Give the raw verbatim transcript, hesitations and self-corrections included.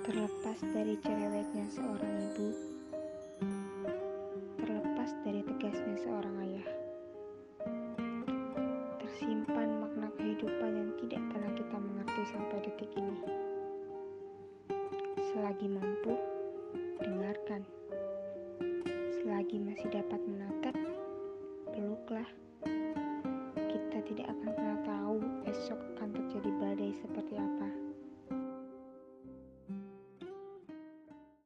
Terlepas dari cerewetnya seorang ibu, terlepas dari tegasnya seorang ayah, tersimpan makna kehidupan yang tidak pernah kita mengerti sampai detik ini. Selagi mampu, dengarkan. Selagi masih dapat menatap, peluklah.